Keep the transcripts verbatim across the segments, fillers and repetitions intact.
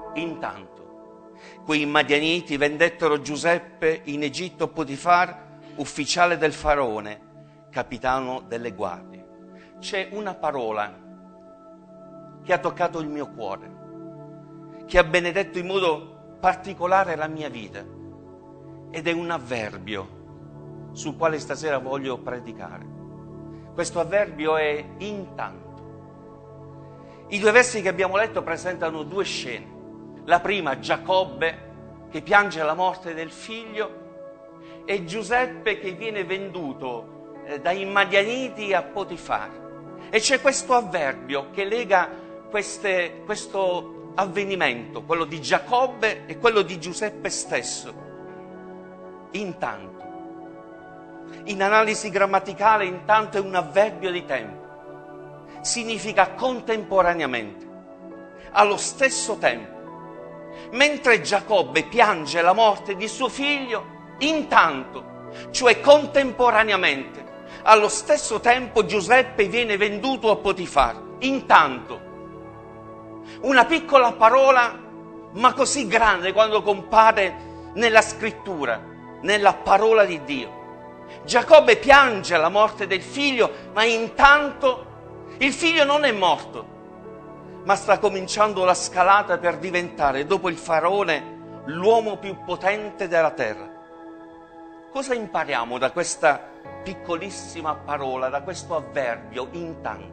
Intanto, quei madianiti vendettero Giuseppe in Egitto a Potifar, ufficiale del faraone, capitano delle guardie. C'è una parola che ha toccato il mio cuore, che ha benedetto in modo particolare la mia vita, ed è un avverbio sul quale stasera voglio predicare. Questo avverbio è intanto. I due versi che abbiamo letto presentano due scene. La prima, Giacobbe che piange la morte del figlio, e Giuseppe che viene venduto eh, dai Madianiti a Potifar. E c'è questo avverbio che lega queste, questo avvenimento, quello di Giacobbe e quello di Giuseppe stesso. Intanto. In analisi grammaticale, intanto è un avverbio di tempo. Significa contemporaneamente, allo stesso tempo. Mentre Giacobbe piange la morte di suo figlio, intanto, cioè contemporaneamente, allo stesso tempo Giuseppe viene venduto a Potifar. Intanto. Una piccola parola, ma così grande quando compare nella scrittura, nella parola di Dio. Giacobbe piange la morte del figlio, ma intanto il figlio non è morto, ma sta cominciando la scalata per diventare, dopo il faraone, l'uomo più potente della terra. Cosa impariamo da questa piccolissima parola, da questo avverbio, intanto?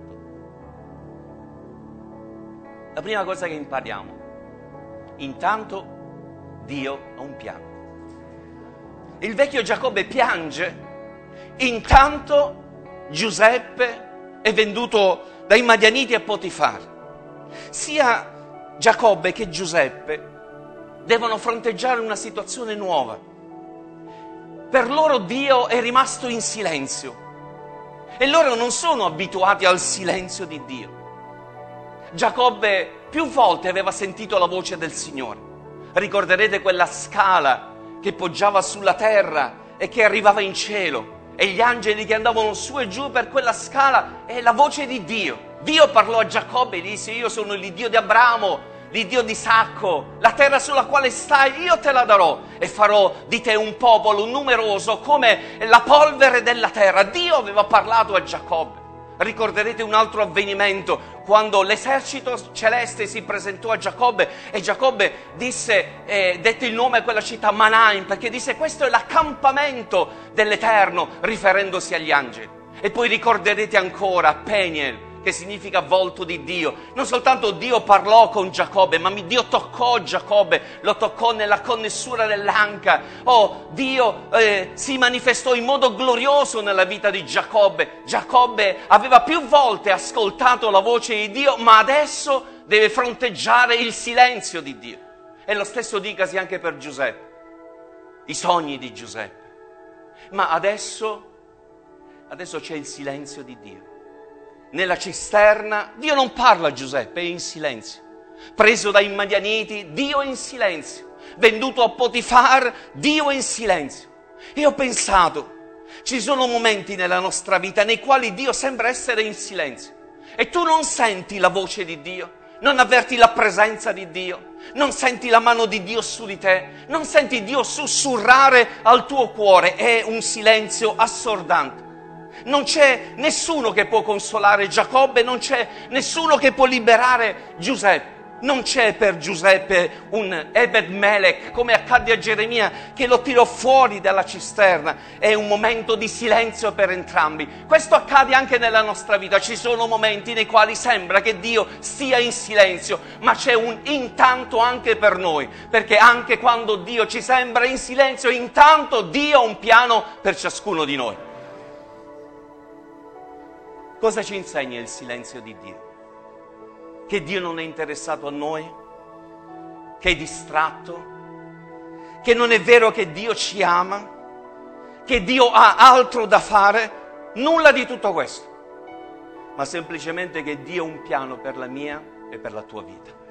La prima cosa che impariamo: intanto Dio ha un piano. Il vecchio Giacobbe piange, intanto Giuseppe è venduto dai Madianiti a Potifar. Sia Giacobbe che Giuseppe devono fronteggiare una situazione nuova. Per loro Dio è rimasto in silenzio e loro non sono abituati al silenzio di Dio. Giacobbe più volte aveva sentito la voce del Signore. Ricorderete quella scala che poggiava sulla terra e che arrivava in cielo, e gli angeli che andavano su e giù per quella scala, è la voce di Dio. Dio parlò a Giacobbe e gli disse: io sono l'Iddio di Abramo, l'Iddio di Isacco, la terra sulla quale stai io te la darò e farò di te un popolo numeroso come la polvere della terra. Dio aveva parlato a Giacobbe. Ricorderete un altro avvenimento, quando l'esercito celeste si presentò a Giacobbe e Giacobbe disse, eh, dette il nome a quella città Manaim, perché disse: questo è l'accampamento dell'Eterno, riferendosi agli angeli. E poi ricorderete ancora Peniel, che significa volto di Dio. Non soltanto Dio parlò con Giacobbe, ma Dio toccò Giacobbe, lo toccò nella connessura dell'anca. Oh, Dio eh, si manifestò in modo glorioso nella vita di Giacobbe. Giacobbe aveva più volte ascoltato la voce di Dio, ma adesso deve fronteggiare il silenzio di Dio. E lo stesso dicasi anche per Giuseppe, i sogni di Giuseppe. Ma adesso, adesso c'è il silenzio di Dio. Nella cisterna Dio non parla a Giuseppe, è in silenzio. Preso dai Madianiti, Dio è in silenzio. Venduto a Potifar, Dio è in silenzio. E ho pensato, ci sono momenti nella nostra vita nei quali Dio sembra essere in silenzio e tu non senti la voce di Dio, non avverti la presenza di Dio, non senti la mano di Dio su di te, non senti Dio sussurrare al tuo cuore. È un silenzio assordante. Non c'è nessuno che può consolare Giacobbe, non c'è nessuno che può liberare Giuseppe. Non c'è per Giuseppe un Ebed Melech, come accadde a Geremia, che lo tirò fuori dalla cisterna. È un momento di silenzio per entrambi. Questo accade anche nella nostra vita. Ci sono momenti nei quali sembra che Dio stia in silenzio, ma c'è un intanto anche per noi, perché anche quando Dio ci sembra in silenzio, intanto Dio ha un piano per ciascuno di noi. Cosa ci insegna il silenzio di Dio? Che Dio non è interessato a noi? Che è distratto? Che non è vero che Dio ci ama? Che Dio ha altro da fare? Nulla di tutto questo, ma semplicemente che Dio ha un piano per la mia e per la tua vita.